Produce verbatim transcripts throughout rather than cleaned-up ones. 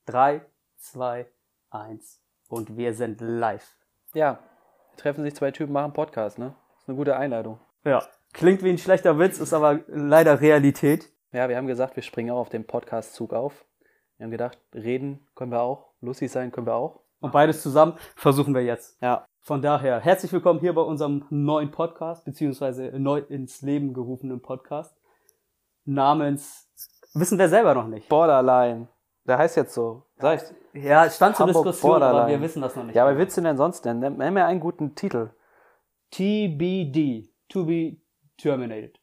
drei, zwei, eins und wir sind live. Ja, treffen sich zwei Typen, machen Podcast, ne? Ist eine gute Einleitung. Ja, klingt wie ein schlechter Witz, ist aber leider Realität. Ja, wir haben gesagt, wir springen auch auf den Podcast-Zug auf. Wir haben gedacht, reden können wir auch, lustig sein können wir auch. Und beides zusammen versuchen wir jetzt. Ja. Von daher, herzlich willkommen hier bei unserem neuen Podcast, beziehungsweise neu ins Leben gerufenen Podcast. Namens, wissen wir selber noch nicht. Borderline. Der heißt jetzt so. Sag ich. Ja, es stand zur Hamburg Diskussion, Borderline. aber wir wissen das noch nicht. Ja, aber wie willst du denn sonst denn? Nenn mir einen guten Titel. T B D. To be terminated.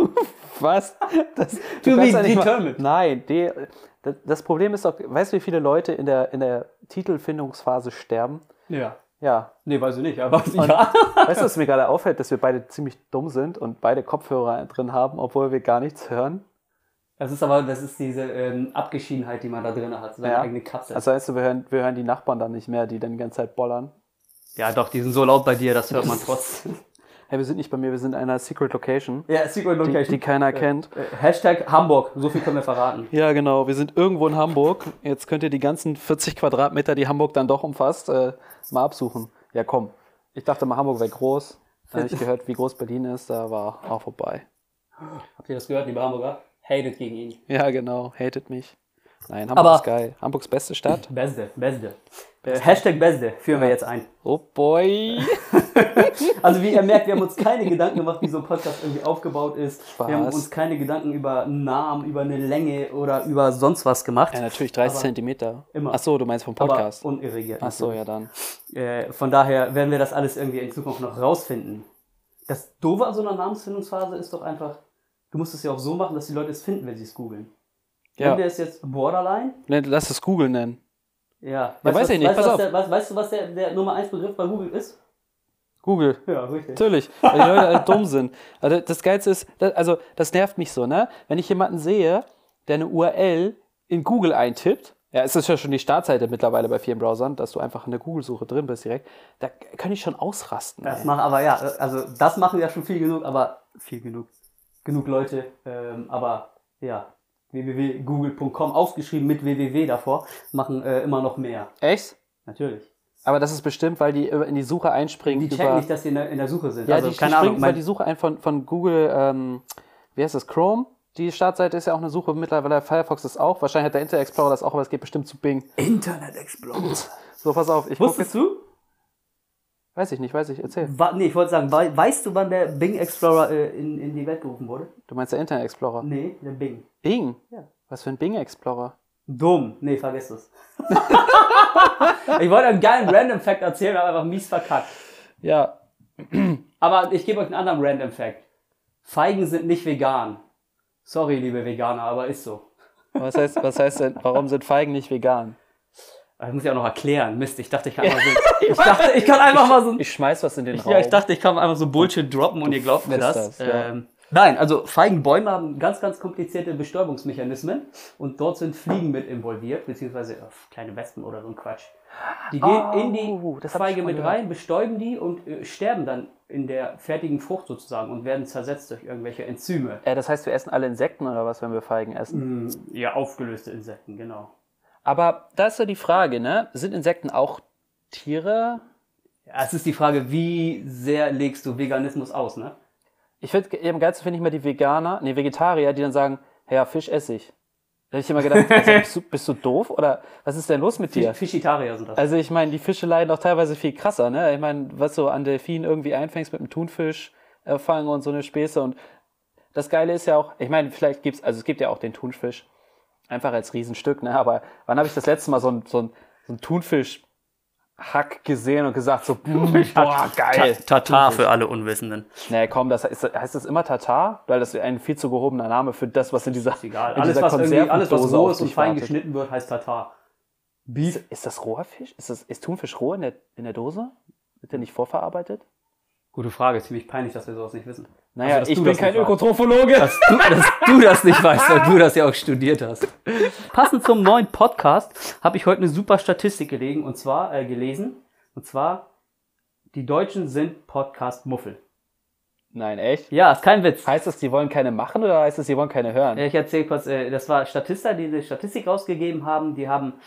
Was? Das, to du be kannst ja nicht mal- determined. Nein, die, das, das Problem ist doch, weißt du, wie viele Leute in der, in der Titelfindungsphase sterben? Ja. Ja. Nee, weiß ich nicht, aber Und ja. weißt du, was mir gerade auffällt, dass wir beide ziemlich dumm sind und beide Kopfhörer drin haben, obwohl wir gar nichts hören? Das ist aber, das ist diese ähm, Abgeschiedenheit, die man da drin hat, seine Ja. eigene Kapsel. Also weißt du, wir hören, wir hören die Nachbarn dann nicht mehr, die dann die ganze Zeit bollern. Ja, doch, die sind so laut bei dir, das hört man trotzdem. Hey, wir sind nicht bei mir, wir sind in einer Secret Location, Ja, Secret die, Location. die keiner kennt. Äh, Hashtag Hamburg, so viel können wir verraten. Ja, genau, wir sind irgendwo in Hamburg. Jetzt könnt ihr die ganzen vierzig Quadratmeter, die Hamburg dann doch umfasst, äh, mal absuchen. Ja, komm. Ich dachte mal, Hamburg wäre groß. Dann habe ich gehört, wie groß Berlin ist, da war auch vorbei. Habt ihr das gehört, liebe Hamburger? Hatet gegen ihn. Ja, genau, hatet mich. Nein, Hamburg Aber- ist geil. Hamburgs beste Stadt. Beste, beste. Äh, Hashtag Beste führen wir jetzt ein. Oh boy. Also wie ihr merkt, wir haben uns keine Gedanken gemacht, wie so ein Podcast irgendwie aufgebaut ist. Spaß. Wir haben uns keine Gedanken über Namen, über eine Länge oder über sonst was gemacht. Ja, natürlich dreißig Aber Zentimeter. immer. Ach so, du meinst vom Aber Podcast. unirrigiert. Ach so, ja dann. Äh, von daher werden wir das alles irgendwie in Zukunft noch rausfinden. Das Doofe an so einer Namensfindungsphase ist doch einfach, du musst es ja auch so machen, dass die Leute es finden, wenn sie es googeln. Ja. Wenn der ist jetzt Borderline, Ne, lass es Google nennen. ja. Ja, Weißt, weiß was, ich nicht, weißt, pass was auf. Der, weißt, weißt du, was der, der Nummer eins Begriff bei Google ist? Google. Ja, richtig. Natürlich, weil die Leute alle dumm sind. Also das Geilste ist, das, also das nervt mich so, ne? Wenn ich jemanden sehe, der eine U R L in Google eintippt, ja, es ist ja schon die Startseite mittlerweile bei vielen Browsern, dass du einfach in der Google-Suche drin bist direkt, da kann ich schon ausrasten. Das ey. machen aber ja, also das machen ja schon viel genug, aber viel genug. Genug Leute, ähm, aber ja, w w w punkt google punkt com ausgeschrieben mit w w w davor, machen äh, immer noch mehr. Echt? Natürlich. Aber das ist bestimmt, weil die in die Suche einspringen. Die checken über, nicht, dass sie in der, in der Suche sind. ja, also, die, die keine springen Ahnung. über Mein, die Suche ein von, von Google, ähm, wie heißt das, Chrome? Die Startseite ist ja auch eine Suche, mittlerweile Firefox ist auch, wahrscheinlich hat der Internet Explorer das auch, aber es geht bestimmt zu Bing. Internet Explorer. So, pass auf, ich gucke Wusstest jetzt, du? weiß ich nicht, weiß ich, erzähl. Wa nee, ich wollte sagen, wei weißt du, wann der Bing Explorer äh, in, in die Welt gerufen wurde? Du meinst der Internet Explorer? Nee, der Bing. Bing? Ja. Was für ein Bing Explorer? Dumm. Nee, vergiss es. Ich wollte einen geilen Random Fact erzählen, aber einfach mies verkackt. Ja. Aber ich gebe euch einen anderen Random Fact. Feigen sind nicht vegan. Sorry, liebe Veganer, aber ist so. Was heißt, was heißt denn, warum sind Feigen nicht vegan? Das muss ich auch noch erklären. Mist, ich dachte, ich kann, mal so, ich dachte, ich kann einfach mal so... Ich schmeiß was in den Raum. Ja, ich dachte, ich kann einfach so Bullshit droppen und ihr glaubt mir das. frisst das, ja. ähm, nein, also Feigenbäume haben ganz, ganz komplizierte Bestäubungsmechanismen und dort sind Fliegen mit involviert, beziehungsweise äh, kleine Wespen oder so ein Quatsch. Die gehen Oh, in die das hab ich Feige schon mal mit gehört. rein, bestäuben die und äh, sterben dann in der fertigen Frucht sozusagen und werden zersetzt durch irgendwelche Enzyme. Äh, das heißt, wir essen alle Insekten oder was, wenn wir Feigen essen? Mm, Ja, aufgelöste Insekten, genau. Aber da ist ja die Frage, ne? Sind Insekten auch Tiere? Ja, es ist die Frage, wie sehr legst du Veganismus aus, ne? Ich finde, am geilsten finde ich mal die Veganer, nee, Vegetarier, die dann sagen, ja, Fisch esse ich. Da habe ich immer gedacht, also, bist, du, bist du doof oder was ist denn los mit dir? Fischitarier sind das. Also ich meine, die Fische leiden auch teilweise viel krasser, ne? Ich meine, was du an Delfinen irgendwie einfängst mit einem Thunfisch äh, fangen und so eine Späße und das Geile ist ja auch, ich meine, vielleicht gibt's, also es gibt ja auch den Thunfisch, einfach als Riesenstück, ne? Aber wann habe ich das letzte Mal so ein, so ein, so ein Thunfisch-Hack gesehen und gesagt so, boah, geil. Tatar für alle Unwissenden. Nee, komm, das heißt, heißt das immer Tatar? Weil das ist ein viel zu gehobener Name für das, was in dieser, Ist egal. in Alles, dieser was irgendwie, alles, was Konservendose roh auf ist und dich fein wartet. geschnitten wird, heißt Tatar. Ist, ist das roher Fisch? Ist, das, ist Thunfisch roh in der, in der Dose? Wird der nicht vorverarbeitet? Gute Frage, ziemlich peinlich, dass wir sowas nicht wissen. Naja, Also, dass ich du bin das kein nicht weißt. Ökotrophologe. Dass du, dass du das nicht weißt, weil du das ja auch studiert hast. Passend zum neuen Podcast habe ich heute eine super Statistik gelegen, und zwar äh, gelesen. Und zwar, die Deutschen sind Podcast-Muffel. Nein, echt? Ja, ist kein Witz. Heißt das, die wollen keine machen oder heißt das, die wollen keine hören? Ich erzähle kurz, äh, das war Statista, die die Statistik rausgegeben haben. Die haben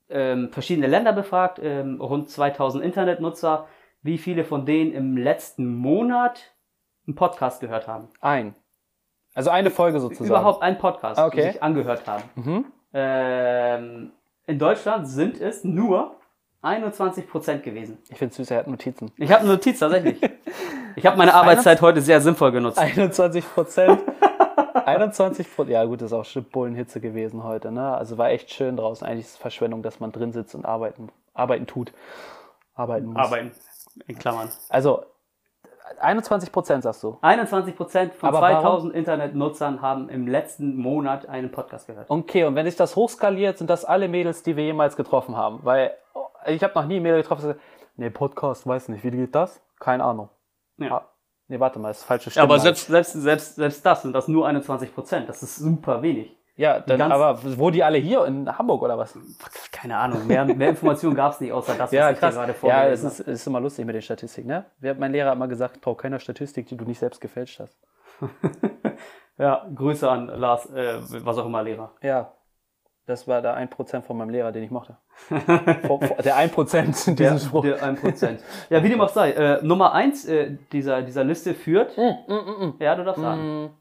ähm, verschiedene Länder befragt, ähm, rund zweitausend Internetnutzer, wie viele von denen im letzten Monat einen Podcast gehört haben. Ein. Also eine Folge sozusagen. Überhaupt einen Podcast, okay. die sich angehört haben. Mhm. Ähm, in Deutschland sind es nur einundzwanzig Prozent gewesen. Ich finde es süß, er hat Notizen. Ich habe eine Notiz, tatsächlich. Ich habe meine Arbeitszeit heute sehr sinnvoll genutzt. einundzwanzig Prozent. einundzwanzig Prozent. Ja gut, das ist auch schon Bullenhitze gewesen heute. Ne? Also war echt schön draußen. Eigentlich ist es Verschwendung, dass man drin sitzt und arbeiten, arbeiten tut. Arbeiten muss. Arbeiten, in Klammern. Also einundzwanzig Prozent sagst du. einundzwanzig Prozent von Aber zweitausend Internetnutzern haben im letzten Monat einen Podcast gehört. Okay, und wenn sich das hochskaliert, sind das alle Mädels, die wir jemals getroffen haben. Weil ich habe noch nie ein Mädel getroffen, das sagt, nee, Podcast, weiß nicht, wie geht das? Keine Ahnung. Ja. Ah, nee, warte mal, das ist falsche Ja, Stimme. aber selbst, selbst, selbst, selbst das sind das nur einundzwanzig Prozent. Das ist super wenig. Ja, dann, ganz- aber wo die alle hier in Hamburg oder was? Keine Ahnung, mehr, mehr Informationen gab es nicht, außer das, was Ja, ich dir krass. gerade Ja, vorgelesen es ist, es ist immer lustig mit den Statistiken, ne? Wer- Mein Lehrer hat immer gesagt, trau keiner Statistik, die du nicht selbst gefälscht hast. habe. Ja, Grüße an Lars, äh, was auch immer, Lehrer. Ja, das war der ein Prozent von meinem Lehrer, den ich mochte. Vor- vor- der ein Prozent in Der, diesem Spruch. der ein Prozent. Ja, wie dem auch sei. Äh, Nummer eins äh, dieser, dieser Liste führt. Ja, du darfst sagen.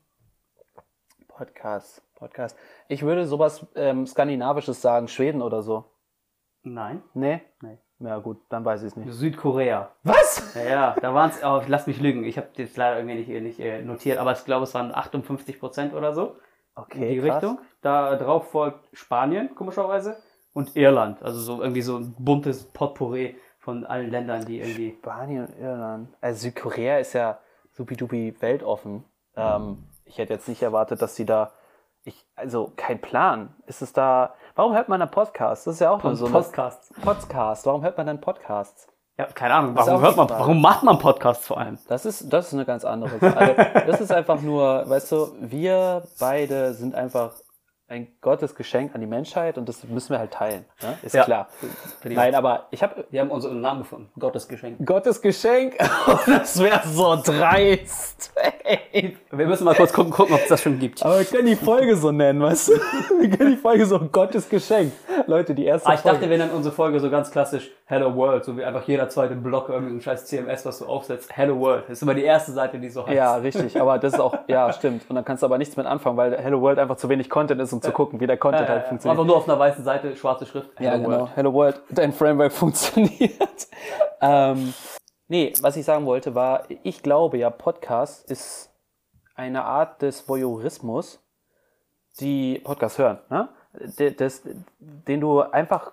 Podcast, Podcast. Ich würde sowas ähm, Skandinavisches sagen, Schweden oder so. Nein. Nee? Nee. Ja gut, dann weiß ich es nicht. Südkorea. Was? Ja, ja, da waren es, oh, lass mich lügen, ich habe das leider irgendwie nicht, nicht äh, notiert, aber ich glaube, es waren achtundfünfzig Prozent oder so in die krass. Richtung. Da drauf folgt Spanien, komischerweise, und Irland. Also so irgendwie so ein buntes Potpourri von allen Ländern, die irgendwie... Spanien und Irland. Also Südkorea ist ja supidupi weltoffen. Ähm, ich hätte jetzt nicht erwartet, dass sie da... Ich, also kein Plan. Ist es da... Warum hört man einen Podcast? Das ist ja auch nur so ein Podcasts. Podcast. Warum hört man dann Podcasts? Ja, keine Ahnung, Das ist warum auch hört man, die Frage. warum macht man Podcasts vor allem? Das ist, das ist eine ganz andere Sache. Also, das ist einfach nur, weißt du, wir beide sind einfach ein Gottesgeschenk an die Menschheit und das müssen wir halt teilen. Ne? Ist Ja. klar. Nein, aber ich habe Wir haben unseren Namen gefunden. Gottes Geschenk. Gottes Geschenk. Das wäre so dreist. Ey. Wir müssen mal kurz gucken, gucken ob es das schon gibt. Aber wir können die Folge so nennen, weißt du? Wir können die Folge so Gottes Geschenk. Leute, die erste Ah, ich Folge. dachte, wir nennen unsere Folge so ganz klassisch Hello World, so wie einfach jeder zweite Block irgendein scheiß C M S, was du aufsetzt. Hello World. Das ist immer die erste Seite, die so heißt. Ja, richtig, aber das ist auch, ja, stimmt. Und dann kannst du aber nichts mit anfangen, weil Hello World einfach zu wenig Content ist, um zu gucken, wie der Content Äh, halt funktioniert. einfach nur auf einer weißen Seite, schwarze Schrift. Ja, Hello genau. World. Hello World, dein Framework funktioniert. ähm, nee, was ich sagen wollte war, ich glaube ja, Podcast ist eine Art des Voyeurismus, die Podcast hören, ne? D- Das, den du einfach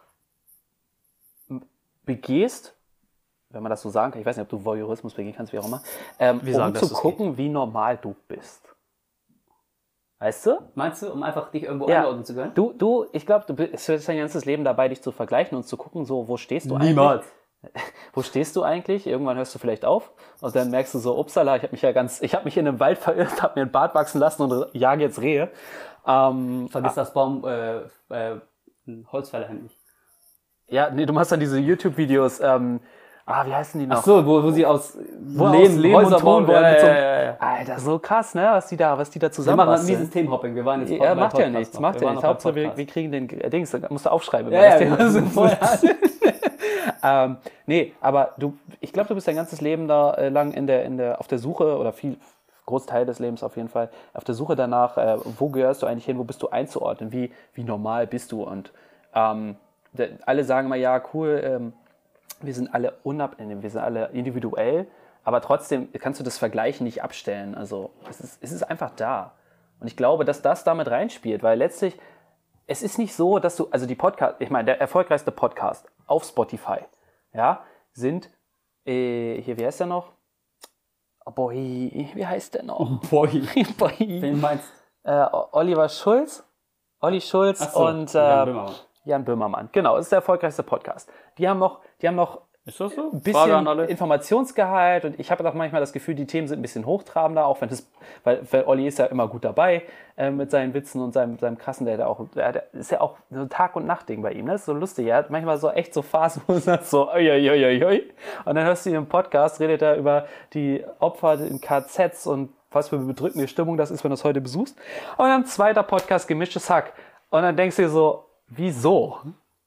begehst, wenn man das so sagen kann, ich weiß nicht, ob du Voyeurismus begehen kannst, wie auch immer, ähm, Wir sagen, um dass zu es gucken, wie normal du bist. Weißt du? Meinst du, um einfach dich irgendwo Ja. einordnen zu können? Du, du, ich glaube, du bist dein ganzes Leben dabei, dich zu vergleichen und zu gucken, so, wo stehst du Niemals. eigentlich? Wo stehst du eigentlich? Irgendwann hörst du vielleicht auf und dann merkst du so, upsala, ich habe mich ja ganz, ich habe mich in einem Wald verirrt, habe mir einen Bart wachsen lassen und jage jetzt Rehe. Ähm, Vergiss das Baum, äh, äh, Holzfällerhand nicht. ja, nee, du machst dann diese YouTube-Videos, ähm, ah, wie heißen die noch? Ach so, wo, wo sie aus Wo Lehm, aus Lehm Häuser und Ton bauen. wollen Ja, mit so ja, einem- ja, ja. Alter, so krass, ne, was die da, was die da Wir zusammen machen ein basteln. mieses Themhopping. Wir waren jetzt Ja, beim macht ja Podcast nichts, noch. macht Wir ja waren nichts. noch beim Hauptsache, wir, Podcast. wir kriegen den äh, Dings, da musst du aufschreiben. Ja, immer, ja, dass wir der- sind vorher. ähm, nee, aber du, ich glaube, du bist dein ganzes Leben da äh, lang in der, in der, auf der Suche oder viel, Großteil des Lebens auf jeden Fall, auf der Suche danach, äh, wo gehörst du eigentlich hin, wo bist du einzuordnen, wie, wie normal bist du und ähm, de, alle sagen immer, ja, cool, ähm, wir sind alle unabhängig, wir sind alle individuell, aber trotzdem kannst du das Vergleichen nicht abstellen, also es ist, es ist einfach da und ich glaube, dass das damit reinspielt, weil letztlich es ist nicht so, dass du, also die Podcast, ich meine, der erfolgreichste Podcast auf Spotify, ja, sind, äh, hier, wie heißt der noch? Oh boy, wie heißt der noch? Boy. boy. Wen meinst Äh, Oliver Schulz, Olli Schulz Ach so, und äh, Jan Böhmermann. Jan Böhmermann. Genau, das ist der erfolgreichste Podcast. Die haben noch, die haben noch Ist das so? ein Frage an bisschen alle. Informationsgehalt und ich habe auch manchmal das Gefühl, die Themen sind ein bisschen hochtrabender, auch wenn es, weil, weil Olli ist ja immer gut dabei äh, mit seinen Witzen und seinem, seinem krassen, der, hat ja auch, der, der ist ja auch so ein Tag- und Nacht-Ding bei ihm, ne? Das ist so lustig, er hat manchmal so echt so Phasen, wo er sagt so, oi, oi, oi, oi, oi. Und dann hörst du ihn im Podcast, redet er über die Opfer in K Zs und was für eine bedrückende Stimmung das ist, wenn du es heute besuchst. Und dann zweiter Podcast, gemischtes Hack. Und dann denkst du dir so, wieso?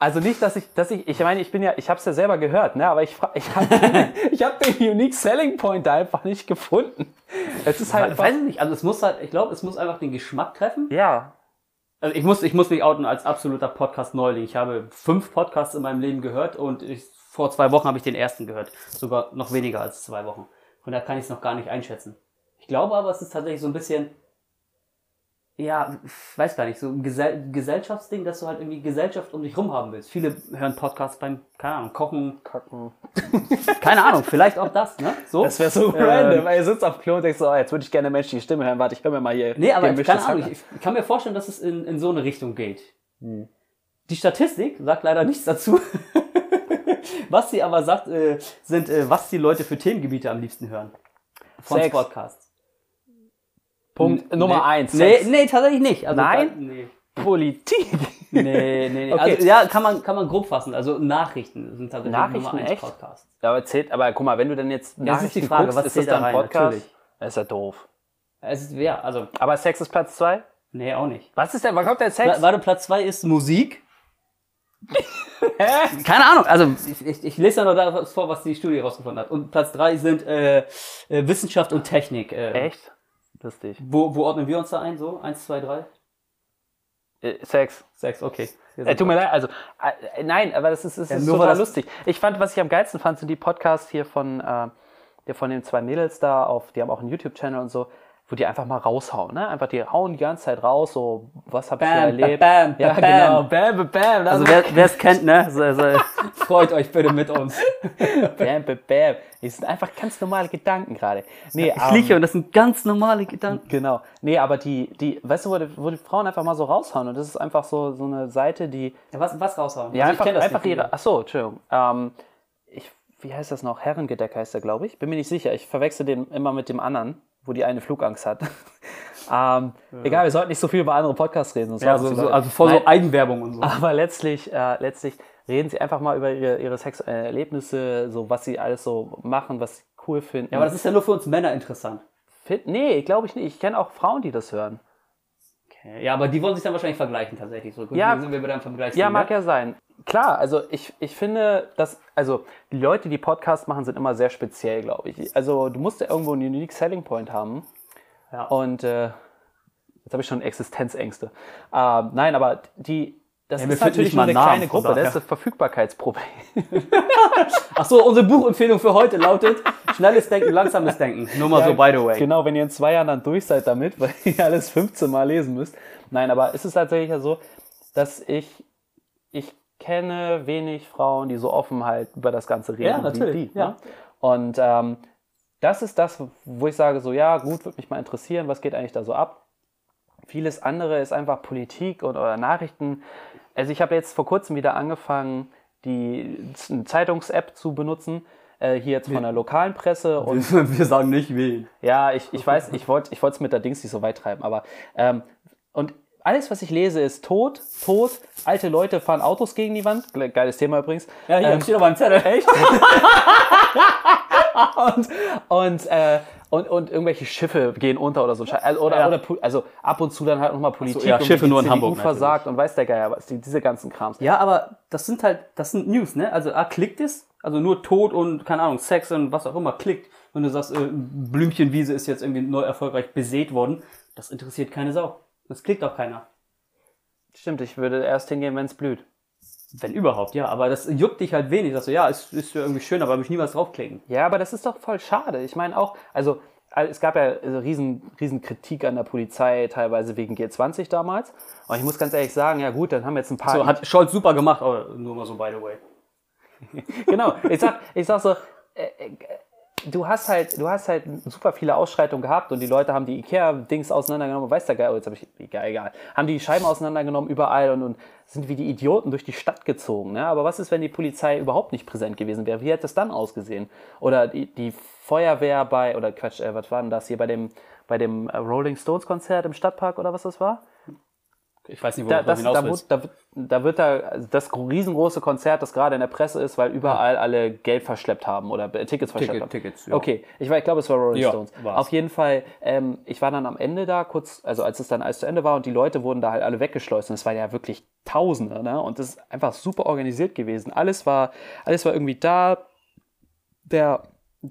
Also nicht, dass ich, dass ich, ich meine, ich bin ja, ich habe es ja selber gehört, ne? Aber ich, fra- ich habe den, ich hab den Unique Selling Point da einfach nicht gefunden. Es ist halt, Ich weiß ich nicht, also es muss halt, ich glaube, es muss einfach den Geschmack treffen. ja, Also ich muss, ich muss mich outen als absoluter Podcast-Neuling. Ich habe fünf Podcasts in meinem Leben gehört und ich, vor zwei Wochen habe ich den ersten gehört. Sogar noch weniger als zwei Wochen. Von daher kann ich es noch gar nicht einschätzen. Ich glaube aber, es ist tatsächlich so ein bisschen, ja, ich weiß gar nicht, so ein Gesell Gesellschaftsding, dass du halt irgendwie Gesellschaft um dich rum haben willst. Viele hören Podcasts beim, keine Ahnung, Kochen, kacken. keine Ahnung, vielleicht auch das, ne? So. Das wäre so Ähm, random, weil ihr sitzt auf dem Klo und denkst so, oh, jetzt würde ich gerne menschliche Stimme hören. Warte, ich höre mir mal hier. Nee, aber ich, gemischtes keine Ahnung, Hack ich, ich kann mir vorstellen, dass es in, in so eine Richtung geht. Hm. Die Statistik sagt leider nichts dazu. Was sie aber sagt, äh, sind, äh, was die Leute für Themengebiete am liebsten hören. Von Sex. Podcasts. Punkt N- Nummer nee, eins. Nee, Sex. nee, tatsächlich nicht. Also, Nein? Da, nee. Politik. Nee, nee, nee. Okay. Also, ja, kann man, kann man grob fassen. Also, Nachrichten sind tatsächlich Nachrichten, Nummer eins echt? Podcasts. Aber zählt, aber guck mal, wenn du denn jetzt Ja, das ist die Nachrichten Frage, guckst, was ist zählt das da dann rein? Podcast? Natürlich. Das ist ja doof. Es ist, ja, also, Aber Sex ist Platz zwei? nee, auch nicht. Was ist denn, wann kommt der Sex? Pla- Warte, Platz zwei ist Musik. Hä? Keine Ahnung, also ich, ich, ich lese ja noch das vor, was die Studie rausgefunden hat. Und Platz drei sind äh, äh, Wissenschaft und Technik. Äh, Echt? Lustig. Wo, wo ordnen wir uns da ein? So? Eins, zwei, drei? Äh, Sex. Sechs, okay. Wir Äh, sind tut mir leid, also, äh, nein, aber das ist, das Ja, ist nur total weil das- lustig. Ich fand, was ich am geilsten fand, sind die Podcasts hier von, äh, der von den zwei Mädels da, auf, die haben auch einen YouTube-Channel und so, wo die einfach mal raushauen, ne? Einfach, die hauen die ganze Zeit raus, so, was hab ich so Bam, erlebt. bam, ja, bam, genau, bam. bam, bam, bam. Also Das- wer es kennt, ne? So, so, freut euch bitte mit uns. bam, bam, bam. Das sind einfach ganz normale Gedanken gerade. Nee, Ich liege und das sind ganz normale Gedanken. Genau. Nee, aber die, die, weißt du, wo die, wo die Frauen einfach mal so raushauen und das ist einfach so, so eine Seite, die, Ja, was, was raushauen? ja, Also einfach, kenn das einfach nicht. ihre, ach so, Entschuldigung, ähm, ich, wie heißt das noch? Herrengedeck heißt der, glaube ich. Bin mir nicht sicher. Ich verwechsel den immer mit dem anderen, wo die eine Flugangst hat. ähm, Egal, wir sollten nicht so viel über andere Podcasts reden. sonst Ja, hören so, uns die so, Leute- also voll Nein, so Eigenwerbung und so. aber letztlich, äh, letztlich reden sie einfach mal über ihre, ihre sexuellen Erlebnisse, so was sie alles so machen, was sie cool finden. Ja, aber das ist ja nur für uns Männer interessant. Fit, nee, glaube ich nicht. Ich kenne auch Frauen, die das hören. Okay. Ja, aber die wollen sich dann wahrscheinlich vergleichen tatsächlich. So, gut, Ja. dann sind wir wieder im Vergleich. Ja, mag ja sein. Klar, also ich, ich finde, dass, also die Leute, die Podcasts machen, sind immer sehr speziell, glaube ich. Also du musst ja irgendwo einen Unique Selling Point haben. Ja. Und äh, jetzt habe ich schon Existenzängste. Ähm, nein, aber die, das Ja, wir ist finden natürlich nicht nur mal eine einen Namen, kleine von Gruppe. Das daher. ist das Verfügbarkeitsproblem. Ach so, unsere Buchempfehlung für heute lautet schnelles Denken, langsames Denken. Nur mal so, by the way. Genau, wenn ihr in zwei Jahren dann durch seid damit, weil ihr alles fünfzehn Mal lesen müsst. Nein, aber es ist tatsächlich ja so, dass ich, ich kenne wenig Frauen, die so offen halt über das Ganze reden. Ja, natürlich, Wie die, ja. ne? Und ähm, das ist das, wo ich sage, so ja, gut, würde mich mal interessieren, was geht eigentlich da so ab. Vieles andere ist einfach Politik und oder Nachrichten. Also ich habe jetzt vor kurzem wieder angefangen, die eine Zeitungs-App zu benutzen, äh, hier jetzt von der lokalen Presse. Und Wir sagen nicht wen. ja, ich, ich weiß, ich wollte ich wollte es mit der Dings nicht so weit treiben, aber ähm, und alles, was ich lese, ist Tod, Tod, alte Leute fahren Autos gegen die Wand. Ge- Geiles Thema übrigens. Ja, hier Ähm, steht aber im Zettel. Echt? und, und, äh, und, und irgendwelche Schiffe gehen unter oder so. Also, oder, Ja. oder, pu- also ab und zu dann halt nochmal Politik. ja, und Schiffe wie die nur in C D U Hamburg versagt und weiß der Geier was, die, diese ganzen Krams. Ja, aber das sind halt, das sind News, ne? Also A, klickt es, also nur Tod und, keine Ahnung, Sex und was auch immer klickt. Wenn du sagst, äh, Blümchenwiese ist jetzt irgendwie neu erfolgreich besät worden, das interessiert keine Sau. Das klickt auch keiner. Stimmt, ich würde erst hingehen, wenn es blüht. Wenn überhaupt, ja. Aber das juckt dich halt wenig. Sagst du, ja, ist, ist ja irgendwie schön, aber habe ich nie was draufklicken. Ja, aber das ist doch voll schade. Ich meine auch, also es gab ja also riesen, riesen Kritik an der Polizei, teilweise wegen G zwanzig damals. Und ich muss ganz ehrlich sagen, ja gut, dann haben wir jetzt ein paar... So, hat Scholz super gemacht, aber nur mal so by the way. Genau, ich sag, ich sag so, äh, äh, du hast halt, du hast halt super viele Ausschreitungen gehabt und die Leute haben die Ikea-Dings auseinandergenommen, weiß der Geil, oh, jetzt habe ich, egal, egal, haben die Scheiben auseinandergenommen überall und, und sind wie die Idioten durch die Stadt gezogen, ne? Aber was ist, wenn die Polizei überhaupt nicht präsent gewesen wäre? Wie hätte es dann ausgesehen? Oder die, die Feuerwehr bei, oder Quatsch, äh, was war denn das hier, bei dem, bei dem Rolling Stones Konzert im Stadtpark oder was das war? Ich weiß nicht, Da, worauf du das, hinaus da, willst. wird, da, wird, da wird da also das riesengroße Konzert, das gerade in der Presse ist, weil überall alle Geld verschleppt haben oder äh, Tickets verschleppt Ticket, haben. Tickets, ja. Okay, ich, war, ich glaube, es war Rolling Ja, Stones. war's. Auf jeden Fall, ähm, ich war dann am Ende da kurz, also als es dann alles zu Ende war und die Leute wurden da halt alle weggeschleust und es waren ja wirklich Tausende, ne? Und das ist einfach super organisiert gewesen. Alles war, alles war irgendwie da. Der,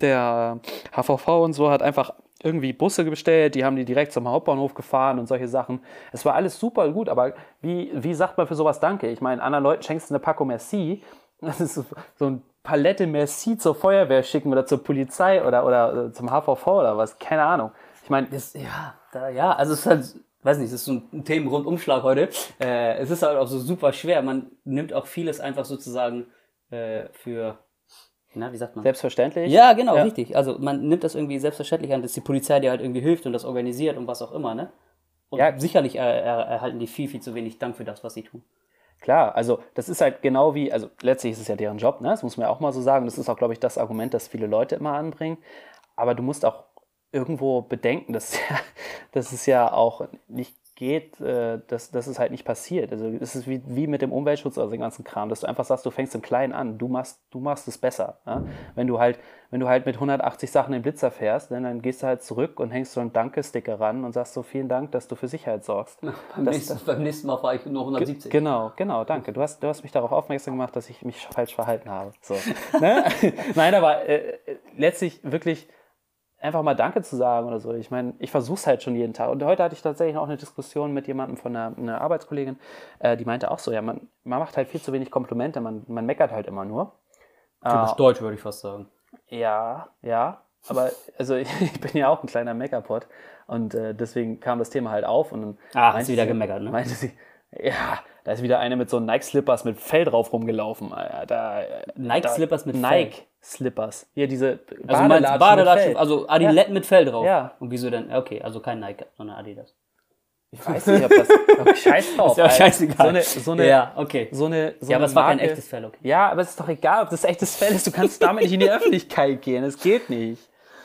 der H V V und so hat einfach irgendwie Busse bestellt, die haben die direkt zum Hauptbahnhof gefahren und solche Sachen. Es war alles super gut, aber wie, wie sagt man für sowas Danke? Ich meine, anderen Leuten schenkst du eine Packung Merci. Das ist so, so ein Palette Merci zur Feuerwehr schicken oder zur Polizei oder, oder zum H V V oder was, keine Ahnung. Ich meine, Das, ja, da, ja, also es ist halt, weiß nicht, es ist so ein Themenrundumschlag heute. Äh, es ist halt auch so super schwer. Man nimmt auch vieles einfach sozusagen äh, für, na, wie sagt man? selbstverständlich. Ja, genau, Ja. richtig. Also man nimmt das irgendwie selbstverständlich an, dass die Polizei dir halt irgendwie hilft und das organisiert und was auch immer, ne? Und Ja. sicherlich er, er, erhalten die viel, viel zu wenig Dank für das, was sie tun. Klar, also das ist halt genau wie, also letztlich ist es ja deren Job, ne? Das muss man ja auch mal so sagen. Das ist auch, glaube ich, das Argument, das viele Leute immer anbringen. Aber du musst auch irgendwo bedenken, dass, dass es ja auch nicht geht, äh, dass, dass es halt nicht passiert. Also es ist wie, wie mit dem Umweltschutz, also den ganzen Kram, dass du einfach sagst, du fängst im Kleinen an, du machst, du machst es besser. Ja? Wenn du halt, wenn du halt mit hundertachtzig Sachen den Blitzer fährst, dann, dann gehst du halt zurück und hängst so einen Danke-Sticker ran und sagst so, vielen Dank, dass du für Sicherheit sorgst. Beim, Das- nächsten, beim nächsten Mal fahre ich nur hundertsiebzig. Genau, genau, danke. Du hast, du hast mich darauf aufmerksam gemacht, dass ich mich falsch verhalten habe. So. Ne? Nein, aber äh, letztlich wirklich einfach mal Danke zu sagen oder so. Ich meine, ich versuche es halt schon jeden Tag. Und heute hatte ich tatsächlich auch eine Diskussion mit jemandem von einer, einer Arbeitskollegin, äh, die meinte auch so, ja, man, man macht halt viel zu wenig Komplimente, man, man meckert halt immer nur. Typisch deutsch, würde ich fast sagen. Ja, ja. Aber also ich bin ja auch ein kleiner Meckerpot und äh, deswegen kam das Thema halt auf und dann Ah, hast meinte du wieder sie- gemeckert, ne? Meinte sie, ja, da ist wieder eine mit so Nike-Slippers mit Fell drauf rumgelaufen. Alter. Da, Nike-Slippers mit Fell? Nike-Slippers. Hier diese Also du meinst Badelatschen Badelatschen, mit Fell. also Adiletten mit Fell drauf. Ja. Und wieso denn? Okay, also kein Nike, sondern Adidas. Ich weiß nicht, ob das... Okay, scheiß drauf. Ist ja Alter. scheißegal. So eine, so eine, Ja, okay. so eine, so Ja, eine aber es war kein Marke- echtes Fell, okay. Ja, aber es ist doch egal, ob das echtes Fell ist. Du kannst damit nicht in die Öffentlichkeit gehen. Es geht nicht.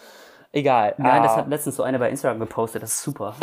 Egal. Nein, das Ah. hat letztens so einer bei Instagram gepostet, das ist super.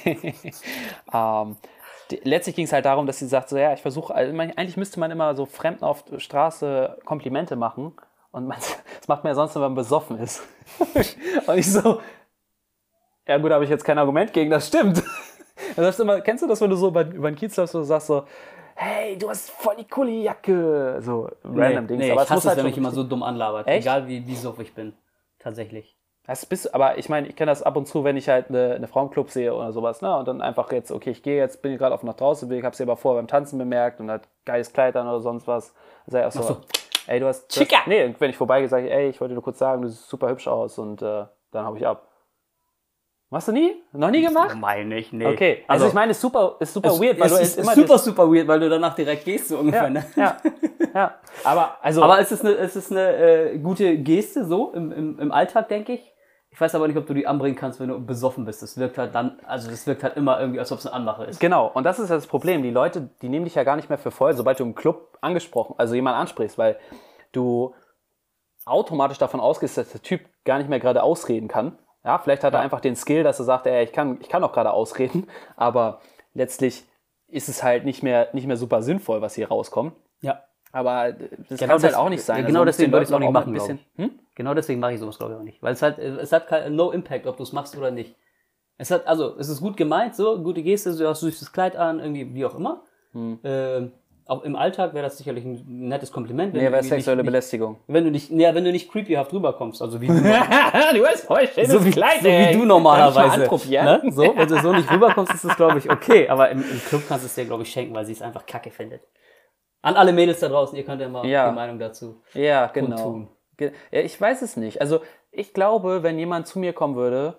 Ähm, die, letztlich ging es halt darum, dass sie sagt, so ja, ich versuche, also man, eigentlich müsste man immer so Fremden auf der Straße Komplimente machen und man, das macht man ja sonst, wenn man besoffen ist. Und ich so, ja gut, habe ich jetzt kein Argument gegen, das stimmt. Du sagst immer, kennst du das, wenn du so über, über den Kiez läufst und sagst so, hey, du hast voll die coole Jacke, so random nee, Dings. nee, aber ich es muss hasse es, halt wenn schon mich immer so dumm anlabert. Echt? Egal wie, wie suff ich bin. Tatsächlich. Das bist, aber ich meine, ich kenne das ab und zu, wenn ich halt eine, eine Frau im Club sehe oder sowas, ne? Und dann einfach jetzt, okay, ich gehe jetzt, bin gerade auf nach draußen, ich habe sie aber vorher beim Tanzen bemerkt und hat geiles Kleid an oder sonst was. Dann sag ich auch so, so. ey, du hast, du Chica! hast... Nee, wenn ich vorbeigehe, sage ich, ey, ich wollte nur kurz sagen, du siehst super hübsch aus und äh, dann hau ich ab. Machst du nie? Noch nie gemacht? Meine ich, nee. Okay, also, ich meine, ist super, ist super weird, weil es du ist immer super, das- super weird, weil du danach direkt gehst, so ungefähr. ja, Ne? ja, ja. Aber, also... Aber es ist eine, es ist eine äh, gute Geste, so im, im, im Alltag, denke ich. Ich weiß aber nicht, ob du die anbringen kannst, wenn du besoffen bist. Das wirkt halt dann, also das wirkt halt immer irgendwie, als ob es eine Anmache ist. Genau, und das ist das Problem. Die Leute, die nehmen dich ja gar nicht mehr für voll, sobald du im Club angesprochen, also jemanden ansprichst, weil du automatisch davon ausgehst, dass der Typ gar nicht mehr gerade ausreden kann. Ja, vielleicht hat er einfach den Skill, dass er sagt, ey, ich kann, ich kann auch gerade ausreden, aber letztlich ist es halt nicht mehr, nicht mehr super sinnvoll, was hier rauskommt. Ja. Aber das Genau kann es halt das- auch nicht sein. genau Also muss deswegen den würde ich es auch Leuten nicht mal machen, ein bisschen, hm? Genau deswegen mache ich sowas, glaube ich, auch nicht. Weil es halt, es hat kein, no impact, ob du es machst oder nicht. Es hat, also, es ist gut gemeint, so, gute Geste, du hast ein süßes Kleid an, irgendwie, wie auch immer. Hm. Ähm, auch im Alltag wäre das sicherlich ein nettes Kompliment. Wenn Nee, du wäre irgendwie sexuelle nicht, Belästigung. Wenn du nicht, ja, wenn du nicht creepyhaft rüberkommst, also wie du, du hast voll schönes so wie, Kleid, so ey. wie du Darf ich normalerweise. mal anprobieren? Ne? So, wenn du so nicht rüberkommst, ist das, glaube ich, okay. Aber im, im Club kannst du es dir, glaube ich, schenken, weil sie es einfach kacke findet. An alle Mädels da draußen, ihr könnt ja mal Ja. die Meinung dazu. Ja, genau. kundtun. Ge- Ja, ich weiß es nicht. Also ich glaube, wenn jemand zu mir kommen würde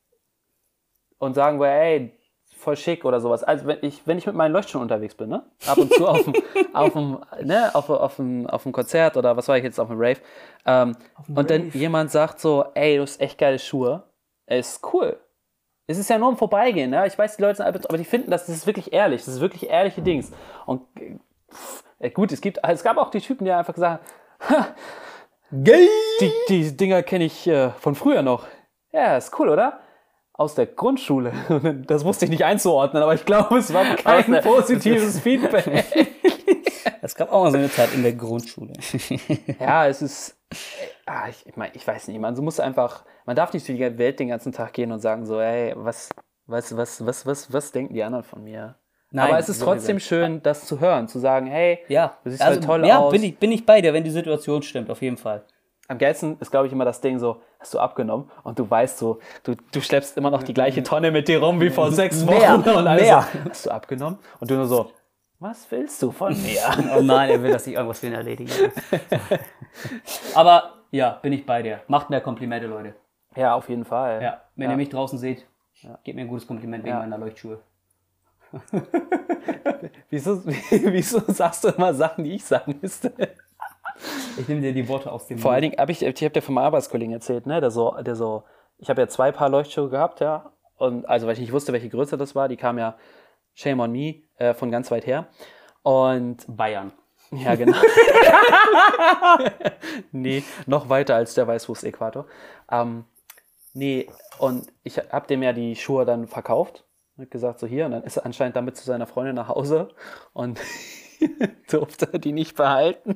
und sagen würde, ey, voll schick oder sowas, also wenn ich, wenn ich mit meinen Leuchtturm unterwegs bin, ne? Ab und zu auf dem, auf dem, ne? auf, auf, dem, auf dem Konzert oder was war ich jetzt auf dem Rave, ähm, und dann jemand sagt so, ey, du hast echt geile Schuhe, ey, ist cool. Es ist ja nur im Vorbeigehen, ne? Ich weiß, die Leute sind aber die finden das, das ist wirklich ehrlich, das ist wirklich ehrliche Dings. Und pff, äh, gut, es gibt, es gab auch die Typen, die einfach gesagt haben, Gay! die, die Dinger kenne ich äh, von früher noch. Ja, ist cool, oder? aus der Grundschule. Das wusste ich nicht einzuordnen, aber ich glaube, es war kein positives Feedback. Es gab auch mal so eine Zeit in der Grundschule. Ja, es ist, ah, ich, ich meine, ich weiß nicht, man muss einfach, man darf nicht durch die Welt den ganzen Tag gehen und sagen so, ey, was, was, was, was, was, was denken die anderen von mir? Nein, aber es ist trotzdem so schön, das zu hören, zu sagen, hey, ja, du siehst also, halt toll ja, aus. Ja, bin ich, bin ich bei dir, wenn die Situation stimmt, auf jeden Fall. Am geilsten ist, glaube ich, immer das Ding so, hast du abgenommen und du weißt so, du, du schleppst immer noch die gleiche Tonne mit dir rum wie vor sechs Wochen. Mehr, und alles mehr. So, hast du abgenommen? Und du nur so, was willst du von mir? Oh nein, er will, dass ich irgendwas für ihn erledige. Aber ja, bin ich bei dir. Macht mehr Komplimente, Leute. Ja, auf jeden Fall. Ja, wenn ja. ihr mich draußen seht, ja. gebt mir ein gutes Kompliment wegen ja. meiner Leuchtschuhe. wieso, wieso sagst du immer Sachen, die ich sagen müsste? Ich nehme dir die Worte aus dem Vor allen Dingen habe ich, ich habe dir von meinem Arbeitskollegen erzählt, ne, der so, der so, ich habe ja zwei Paar Leuchtschuhe gehabt, ja, und also weil ich nicht wusste, welche Größe das war, die kamen ja, shame on me, äh, von ganz weit her. Und Bayern. Ja, genau. Nee, noch weiter als der Weißwurst-Äquator. Ähm, nee, und ich habe dem ja die Schuhe dann verkauft. Hat gesagt, so hier, und dann ist er anscheinend damit zu seiner Freundin nach Hause und durfte die nicht behalten.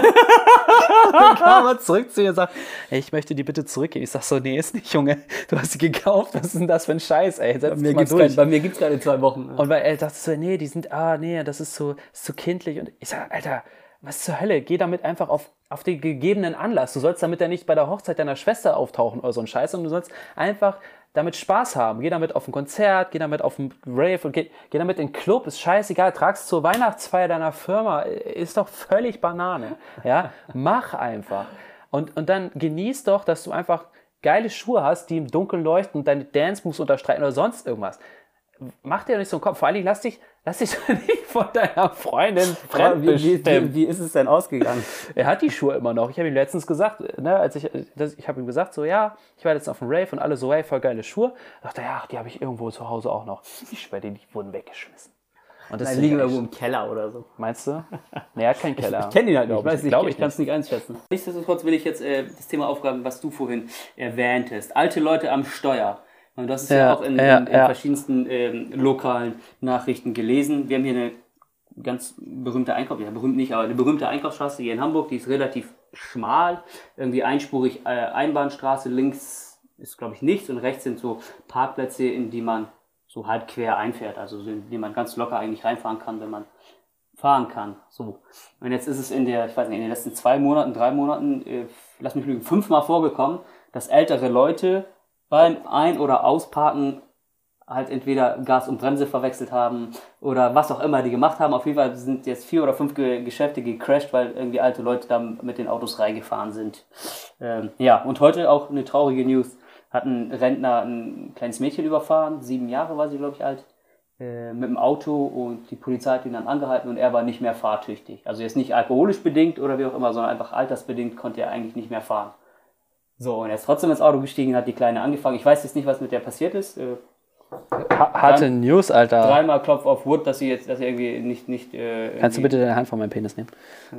Dann kam er zurück zu ihr und sagt, ey, ich möchte die bitte zurückgeben. Ich sag so, nee, ist nicht, Junge. Du hast sie gekauft. Was ist denn das für ein Scheiß, ey? Setz Bei mir, dich mal gibt's durch. kein, bei mir gibt's gerade zwei Wochen. Und weil er dachte so, nee, die sind, ah, nee, das ist so, ist so kindlich. Und ich sag, Alter, was zur Hölle? Geh damit einfach auf, auf den gegebenen Anlass. Du sollst damit ja nicht bei der Hochzeit deiner Schwester auftauchen oder so ein Scheiß, sondern du sollst einfach damit Spaß haben. Geh damit auf ein Konzert, geh damit auf ein Rave und geh, geh damit in den Club. Ist scheißegal, trag's zur Weihnachtsfeier deiner Firma. Ist doch völlig Banane. Ja, mach einfach. Und, und dann genieß doch, dass du einfach geile Schuhe hast, die im Dunkeln leuchten und deine Dance-Moves unterstreichen oder sonst irgendwas. Mach dir doch nicht so einen Kopf. Vor allem lass dich, lass dich doch nicht von deiner Freundin fremdbestimmen. Wie, wie, wie ist es denn ausgegangen? Er hat die Schuhe immer noch. Ich habe ihm letztens gesagt, ne, als ich, das, ich habe ihm gesagt, so ja, ich war jetzt auf dem Rave und alle so, hey, voll geile Schuhe. Da dachte er, ja, die habe ich irgendwo zu Hause auch noch. Ich schwöre, die wurden weggeschmissen. Und das liegen irgendwo im Keller oder so. Meinst du? Nee, er hat keinen Keller. Ich, ich kenne ihn halt nicht. Ich weiß nicht. Ich glaube, ich kann es nicht einschätzen. Nichtsdestotrotz will ich jetzt äh, das Thema aufgreifen, was du vorhin erwähntest. Alte Leute am Steuer. Und das ist ja, ja auch in, ja, in, in ja. verschiedensten ähm, lokalen Nachrichten gelesen. Wir haben hier eine ganz berühmte Einkauf, ja berühmt nicht, aber eine berühmte Einkaufsstraße hier in Hamburg, die ist relativ schmal, irgendwie einspurig äh, Einbahnstraße, links ist glaube ich nichts und rechts sind so Parkplätze, in die man so halb quer einfährt, also so, in die man ganz locker eigentlich reinfahren kann, wenn man fahren kann. So. Und jetzt ist es in der, ich weiß nicht, in den letzten zwei Monaten, drei Monaten, äh, lass mich lügen, fünfmal vorgekommen, dass ältere Leute beim Ein- oder Ausparken halt entweder Gas und Bremse verwechselt haben oder was auch immer die gemacht haben. Auf jeden Fall sind jetzt vier oder fünf Ge- Geschäfte gecrashed, weil irgendwie alte Leute da mit den Autos reingefahren sind. Ähm, ja, und heute auch eine traurige News. Hat ein Rentner ein kleines Mädchen überfahren, sieben Jahre war sie, glaube ich, alt, äh, mit dem Auto und die Polizei hat ihn dann angehalten und er war nicht mehr fahrtüchtig. Also jetzt nicht alkoholisch bedingt oder wie auch immer, sondern einfach altersbedingt konnte er eigentlich nicht mehr fahren. So, und er ist trotzdem ins Auto gestiegen, hat die Kleine angefangen. Ich weiß jetzt nicht, was mit der passiert ist. Äh, Harte News, Alter. Dreimal Klopf auf Wood, dass sie jetzt, dass sie irgendwie nicht, nicht. Äh, Kannst du bitte deine Hand von meinem Penis nehmen?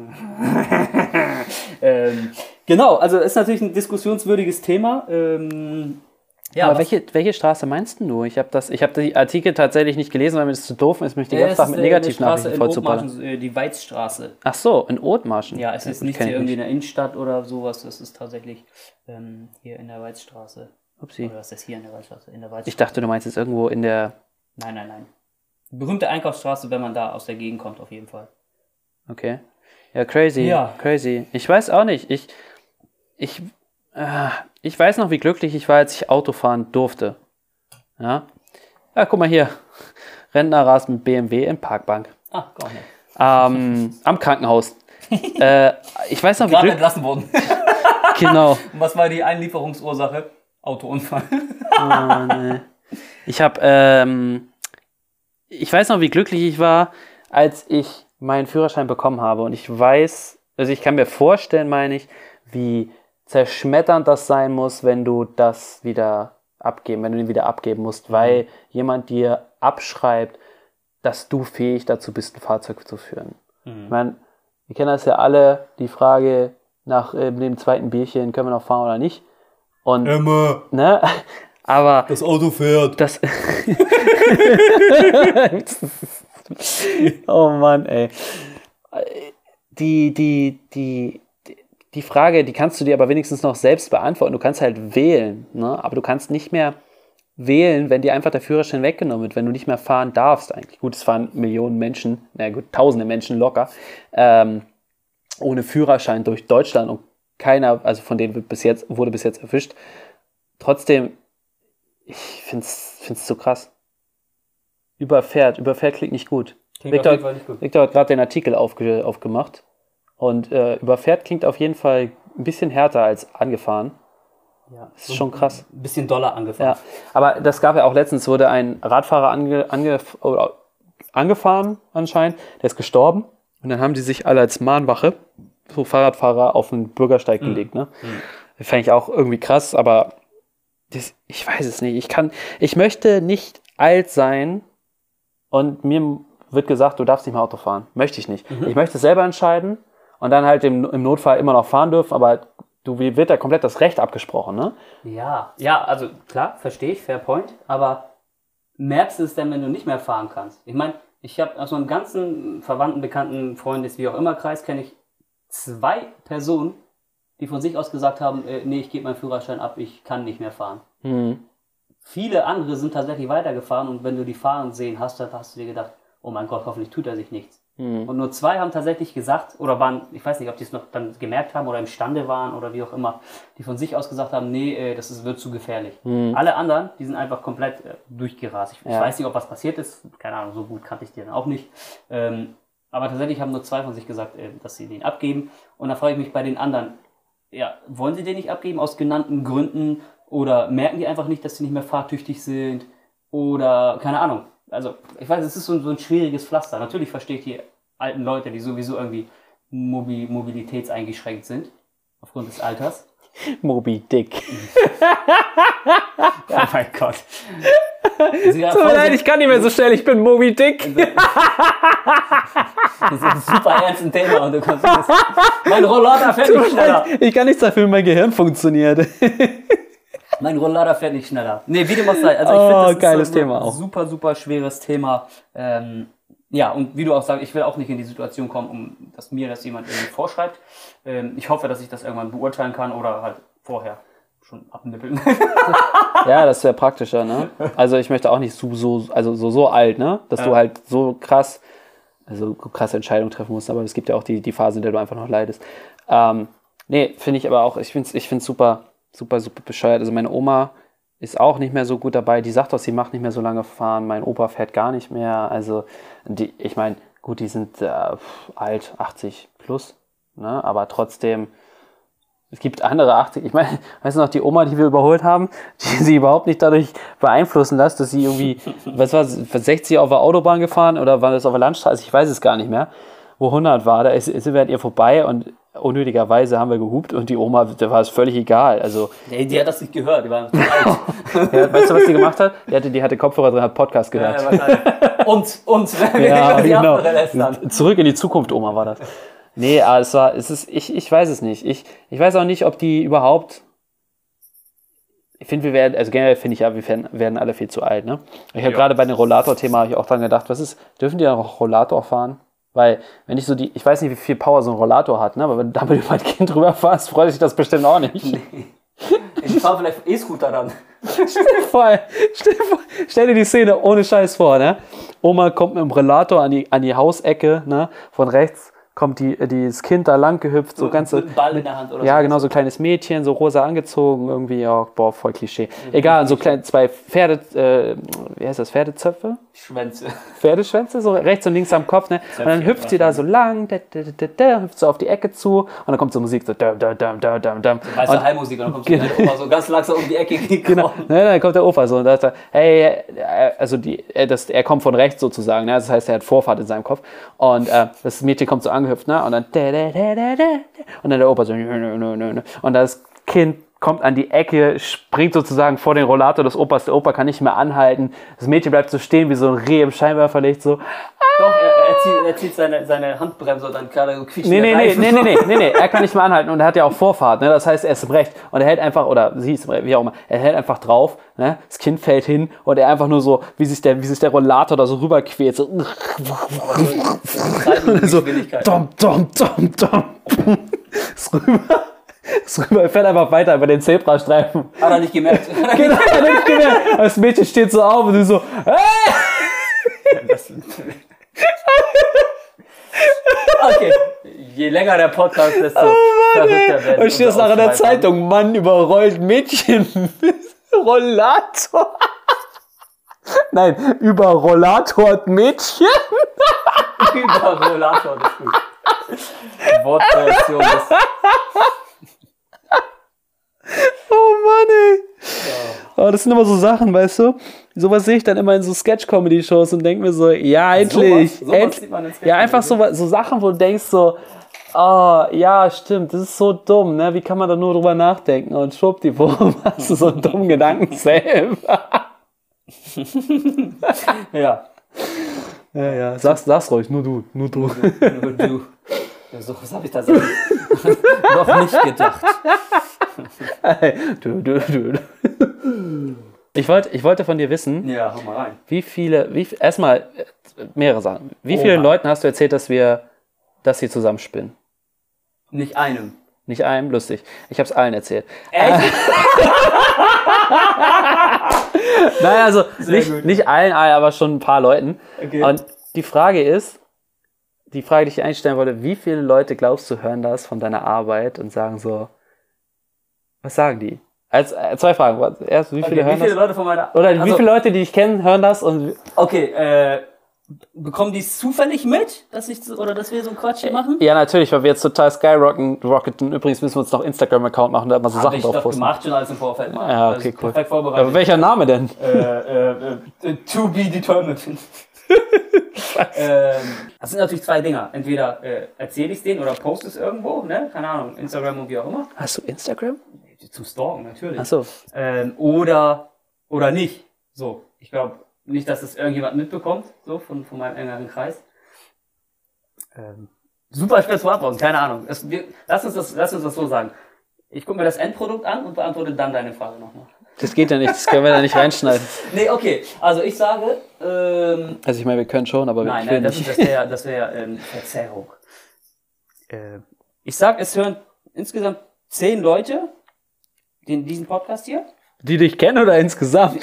ähm, genau, also ist natürlich ein diskussionswürdiges Thema. Ähm, ja, aber welche, welche Straße meinst du? Ich habe das, ich habe die Artikel tatsächlich nicht gelesen, weil mir das zu doof ist, mich die ganze Zeit mit Negativnachrichten vollzuballern. Äh, die Weizstraße. Ach so, in Othmarschen. Ja, es ist nicht hier irgendwie in der Innenstadt oder sowas. Es ist tatsächlich ähm, hier in der Weizstraße. Upsi. Oder was ist das hier in der Weizstraße? In der Weizstraße. Ich dachte, du meinst jetzt irgendwo in der... Nein, nein, nein. Berühmte Einkaufsstraße, wenn man da aus der Gegend kommt, auf jeden Fall. Okay. Ja, crazy. Ja. Crazy. Ich weiß auch nicht. Ich, ich, äh, ich weiß noch, wie glücklich ich war, als ich Auto fahren durfte. Ja. Ja, guck mal hier. Rentner rast mit B M W in Parkbank. Ah, gar nicht. Ähm, am Krankenhaus. äh, ich weiß noch, wie Gerade glücklich... entlassen worden. Genau. Und was war die Einlieferungsursache? Autounfall. Oh, nee. Ich habe, ähm, ich weiß noch, wie glücklich ich war, als ich meinen Führerschein bekommen habe. Und ich weiß, also ich kann mir vorstellen, meine ich, wie zerschmetternd das sein muss, wenn du das wieder abgeben, wenn du den wieder abgeben musst, weil mhm. jemand dir abschreibt, dass du fähig dazu bist, ein Fahrzeug zu führen. Mhm. Ich meine, wir kennen das ja alle, die Frage nach äh, dem zweiten Bierchen, können wir noch fahren oder nicht? Und, Immer. Ne? Aber das Auto fährt. Das oh Mann, ey. Die, die, die, die Frage, die kannst du dir aber wenigstens noch selbst beantworten. Du kannst halt wählen, ne? Aber du kannst nicht mehr wählen, wenn dir einfach der Führerschein weggenommen wird, wenn du nicht mehr fahren darfst eigentlich. Gut, es fahren Millionen Menschen, na gut, tausende Menschen locker, ähm, ohne Führerschein durch Deutschland und keiner, also von denen wird bis jetzt, wurde bis jetzt erwischt. Trotzdem, ich finde es so krass. Überfährt, überfährt klingt nicht gut. Klingt Victor, auf jeden Fall nicht gut. Victor hat gerade den Artikel aufge, aufgemacht und äh, überfährt klingt auf jeden Fall ein bisschen härter als angefahren. Ja, das ist schon krass. Ein bisschen doller angefahren. Ja, aber das gab ja auch letztens, wurde ein Radfahrer ange, ange, oder angefahren anscheinend, der ist gestorben und dann haben die sich alle als Mahnwache, so Fahrradfahrer, auf den Bürgersteig mhm. gelegt. Ne? Mhm. Das fand ich auch irgendwie krass, aber das, ich weiß es nicht. Ich kann, ich möchte nicht alt sein und mir wird gesagt, du darfst nicht mehr Auto fahren. Möchte ich nicht. Mhm. Ich möchte es selber entscheiden und dann halt im, im Notfall immer noch fahren dürfen, aber du wird da komplett das Recht abgesprochen, ne? Ja, ja, also klar, verstehe ich, fair point, aber merkst du es denn, wenn du nicht mehr fahren kannst? Ich meine, ich habe aus meinem ganzen Verwandten, Bekannten, Freundes, wie auch immer Kreis, kenne ich zwei Personen, die von sich aus gesagt haben, äh, nee, ich gebe meinen Führerschein ab, ich kann nicht mehr fahren. Mhm. Viele andere sind tatsächlich weitergefahren und wenn du die fahren sehen hast, dann hast du dir gedacht, oh mein Gott, hoffentlich tut er sich nichts. Mhm. Und nur zwei haben tatsächlich gesagt, oder waren, ich weiß nicht, ob die es noch dann gemerkt haben oder imstande waren oder wie auch immer, die von sich aus gesagt haben, nee, äh, das ist, wird zu gefährlich. Mhm. Alle anderen, die sind einfach komplett äh, durchgerast. Ich, ja. ich weiß nicht, ob was passiert ist, keine Ahnung, so gut kannte ich die dann auch nicht. Ähm, aber tatsächlich haben nur zwei von sich gesagt, äh, dass sie den abgeben. Und da frage ich mich bei den anderen, ja, wollen sie den nicht abgeben aus genannten Gründen oder merken die einfach nicht, dass sie nicht mehr fahrtüchtig sind oder keine Ahnung. Also, ich weiß, es ist so, so ein schwieriges Pflaster. Natürlich verstehe ich die alten Leute, die sowieso irgendwie mobi- mobilitätseingeschränkt sind, aufgrund des Alters. Moby Dick. Oh mein Gott. Ja, so leid, ich kann nicht mehr so schnell, ich bin Moby Dick. Das ist ein super ernstes Thema und du kannst das. Mein Rollator fährt nicht schneller. Ich kann nichts dafür, mein Gehirn funktioniert. Mein Rollator fährt nicht schneller. Nee, wie dem auch sei. Also ich oh, finde, das geiles ist so Thema ein auch. super, super schweres Thema. Ähm, ja, und wie du auch sagst, ich will auch nicht in die Situation kommen, um dass mir das jemand irgendwie vorschreibt. Ähm, ich hoffe, dass ich das irgendwann beurteilen kann oder halt vorher schon abnippeln. Ja, das wäre praktischer, ne? Also ich möchte auch nicht so, so, also so, so alt, ne? Dass ja. du halt so krass, also krasse Entscheidungen treffen musst, aber es gibt ja auch die, die Phase, in der du einfach noch leidest. Ähm, nee, finde ich aber auch, ich finde es ich find's super, super, super bescheuert. Also meine Oma ist auch nicht mehr so gut dabei. Die sagt doch, sie macht nicht mehr so lange fahren. Mein Opa fährt gar nicht mehr. Also die, ich meine, gut, die sind äh, alt, achtzig plus, ne? Aber trotzdem, es gibt andere achtzig, ich meine, weißt du noch, die Oma, die wir überholt haben, die sie überhaupt nicht dadurch beeinflussen lässt, dass sie irgendwie, was war sechzig auf der Autobahn gefahren oder war das auf der Landstraße, ich weiß es gar nicht mehr, wo hundert war, da ist, sind wir an ihr vorbei und unnötigerweise haben wir gehupt und die Oma, da war es völlig egal. Also, nee, die hat das nicht gehört, die war zu alt. Ja, weißt du, was die gemacht hat? Die hatte, die hatte Kopfhörer drin, hat Podcast gehört. Ja, ja, und, und, ja, genau. Zurück in die Zukunft, Oma, war das. Nee, aber es war, es ist, ich, ich weiß es nicht. Ich, ich weiß auch nicht, ob die überhaupt, ich finde, wir werden, also generell finde ich ja, wir werden, werden alle viel zu alt, ne? Ich habe ja. gerade bei dem Rollator-Thema habe ich auch dran gedacht, was ist, dürfen die auch Rollator fahren? Weil, wenn ich so die, ich weiß nicht, wie viel Power so ein Rollator hat, ne? Aber wenn du damit über ein Kind drüber fährst, freut sich das bestimmt auch nicht. Nee. Ich fahre vielleicht E-Scooter dann. Stell dir, vor, stell, dir vor, stell dir die Szene ohne Scheiß vor, ne? Oma kommt mit dem Rollator an die, an die Hausecke, ne? Von rechts kommt die, die, das Kind da lang gehüpft, so, so ganz. Mit einem Ball in der Hand oder ja, so. genau, so ein kleines Mädchen, so rosa angezogen, irgendwie, ja, boah, voll Klischee. Egal, so kleine, zwei Pferde, äh, wie heißt das, Pferdezöpfe? Schwänze. Pferdeschwänze, so rechts und links am Kopf, ne? Und dann hüpft sie da so lang, da, da, da, da, hüpft so auf die Ecke zu und dann kommt so Musik, so da, da, da, da, da, da. Weißt du, Heimmusik, und dann kommt so der Opa so ganz langsam um die Ecke gekommen. Genau, ne, dann kommt der Opa so und da sagt er, hey, also die, das, er kommt von rechts sozusagen, ne? Das heißt, er hat Vorfahrt in seinem Kopf und äh, das Mädchen kommt so angehüpft, ne? Und dann da, da, da, da, da. Und dann der Opa so nö, nö, nö, nö. Und das Kind kommt an die Ecke, springt sozusagen vor den Rollator des Opas. Der Opa kann nicht mehr anhalten. Das Mädchen bleibt so stehen wie so ein Reh im Scheinwerferlicht. So. Doch, er, er zieht, er zieht seine, seine Handbremse und dann gerade so quietscht Nee, nee, der nee, Reifen. nee, nee, nee, nee, nee, er kann nicht mehr anhalten und er hat ja auch Vorfahrt, ne? Das heißt, er ist im Recht und er hält einfach, oder sie ist im Recht, wie auch immer, er hält einfach drauf, ne? Das Kind fällt hin und er einfach nur so, wie sich der, wie sich der Rollator da so rüberquält, so, so, dom, dom, dom, dom, ist rüber, ist rüber, er fährt einfach weiter über den Zebrastreifen. Hat er nicht gemerkt. Genau, hat er nicht gemerkt. Das Mädchen steht so auf und sie so, hey! Das, okay, je länger der Podcast, desto Oh verrückter werden. Und steht das nach in der Zeitung, Mann überrollt Mädchen mit Rollator. Nein, überrollatort Mädchen. Überrollator, das ist gut. Wortkreation ist... Oh Mann, ey. Oh, das sind immer so Sachen, weißt du? Sowas sehe ich dann immer in so Sketch-Comedy-Shows und denke mir so, ja, endlich. Sowas? Sowas end sieht man in Sketch-Comedy. ja, einfach so, so Sachen, wo du denkst so, oh, ja, stimmt, das ist so dumm, ne? Wie kann man da nur drüber nachdenken? Und schwuppdiwupp, hast du so einen dummen Gedanken selber. Ja. Ja, ja, sag's, sag's ruhig, nur du, nur du. Nur du. Ja, so was habe ich tatsächlich noch nicht gedacht. du, du, du. Ich wollte, ich wollte von dir wissen, Ja, hau mal rein. wie viele, wie, erstmal äh, mehrere Sachen. Wie Oha. vielen Leuten hast du erzählt, dass wir das hier zusammenspinnen? Nicht einem. Nicht einem, lustig. Ich habe es allen erzählt. Echt? Nein, also Sehr nicht, gut. nicht allen, aber schon ein paar Leuten. Okay. Und die Frage ist, die Frage, die ich einstellen wollte, wie viele Leute glaubst du hören das von deiner Arbeit und sagen so, was sagen die? Als, äh, zwei Fragen. Erst, wie viele Okay, hören wie viele das? Leute von meiner... Oder wie Also, viele Leute, die ich kenne, hören das? Und Okay, äh... bekommen die es zufällig mit, dass ich so, oder dass wir so einen Quatsch hier machen? ja, natürlich, weil wir jetzt total skyrocken. Rocketen. Übrigens müssen wir uns noch Instagram-Account machen, da mal so Hab Sachen ich drauf doch posten. gemacht, schon alles im Vorfeld mal. Ja, Also okay, cool. Perfekt vorbereitet. Aber welcher Name denn? äh, äh, äh, to be determined. ähm, das sind natürlich zwei Dinger. Entweder äh, erzähle ich es denen oder poste es irgendwo, ne? Keine Ahnung, Instagram und wie auch immer. Hast du Instagram? Zum Stalken, natürlich. Achso. Ähm, oder, oder nicht. So, ich glaube nicht, dass das irgendjemand mitbekommt, so von, von meinem engeren Kreis. Ähm, super schwer zu beantworten, keine Ahnung. Es, wir, lass, uns das, lass uns das so sagen. Ich gucke mir das Endprodukt an und beantworte dann deine Frage nochmal. Das geht ja nicht, das können wir da nicht reinschneiden. Nee, okay. Also ich sage, ähm, Also ich meine, wir können schon, aber nein, ich will nein, das, nicht. das wäre ja das wär, ähm, Verzerrung. Äh, ich sag, es hören insgesamt zehn Leute den, diesen Podcast hier, Die dich kennen oder insgesamt?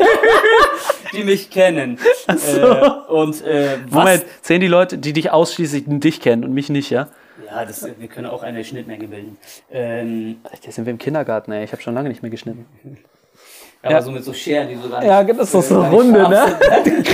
die mich kennen. Ach so. Äh, und äh, was? Moment, zehn die Leute, die dich ausschließlich dich kennen und mich nicht, ja? Ja, das, wir können auch eine Schnittmenge bilden. Ähm, Jetzt sind wir im Kindergarten, ey. Ich habe schon lange nicht mehr geschnitten. aber Ja. so mit so Scheren, die so gar Ja, nicht, das ist doch äh, so gar nicht Runde, scharf ne? sind,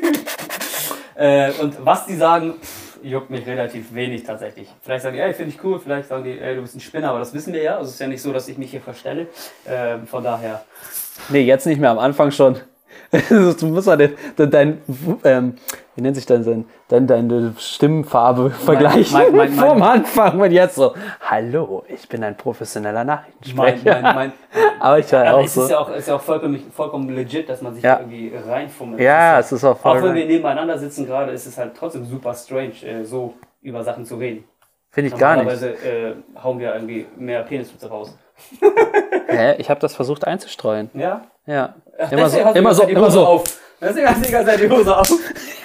äh, und was die sagen, pff, juckt mich relativ wenig tatsächlich. Vielleicht sagen die, ey, finde ich cool, vielleicht sagen die, ey, du bist ein Spinner, aber das wissen wir ja. Also es ist ja nicht so, dass ich mich hier verstelle. Ähm, von daher. Nee, jetzt nicht mehr, am Anfang schon. Du musst mal dein, dein ähm, wie nennt sich das denn, dein, deine Stimmfarbe vergleichen mein- mein- mein- vom Anfang und jetzt so, hallo, ich bin ein professioneller Mein, Nachrichtensprecher. mein, mein, Aber ich war aber auch es so. ist ja auch, ist ja auch vollkommen, vollkommen legit, dass man sich Ja. da irgendwie reinfummelt. Ja, Das es ist auch voll Auch wenn rein. wir nebeneinander sitzen gerade, ist es halt trotzdem super strange, äh, so über Sachen zu reden. Finde ich gar nicht. Normalerweise äh, hauen wir irgendwie mehr Peniswitze raus. Hä? Ich habe das versucht einzustreuen. Ja? Ja. Ach, Immer so, deswegen hast du immer die so, ganze Zeit die immer Hose so. auf. Deswegen hast du die ganze Zeit die Hose auf.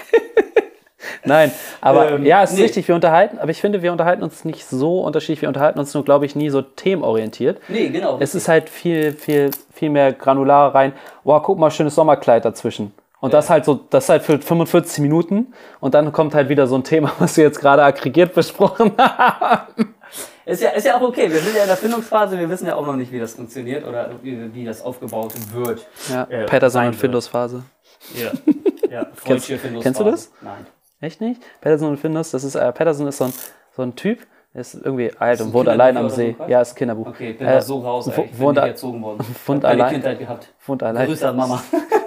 Nein, aber Ähm, ja, es ist nee. richtig, wir unterhalten, aber ich finde, wir unterhalten uns nicht so unterschiedlich, wir unterhalten uns nur, glaube ich, nie so themenorientiert. Nee, genau. Es ist halt viel, viel, viel mehr granular rein. Boah, guck mal, schönes Sommerkleid dazwischen. Und Ja. das halt so, das halt für fünfundvierzig Minuten und dann kommt halt wieder so ein Thema, was wir jetzt gerade aggregiert besprochen haben. Ist ja, ist ja auch okay. Wir sind ja in der Findungsphase. Wir wissen ja auch noch nicht, wie das funktioniert oder wie, wie das aufgebaut wird. Ja, Äh, Patterson sein und wird. Findus-Phase. Ja. ja. Kennst- Freudsche Findungsphase. kennst du das? Nein. Echt nicht? Patterson und Findus, das ist, äh, Patterson ist so ein, so ein Typ, der ist irgendwie alt ein und wohnt Kinderbuch allein am oder See. so was? Ja, ist ein Kinderbuch. Okay, ich bin Äh, da so raus, ey. wo- Ich bin wohnt nicht a- erzogen worden. wohnt Ich hab keine allein- Kindheit gehabt. Wohnt allein. Grüße an Mama.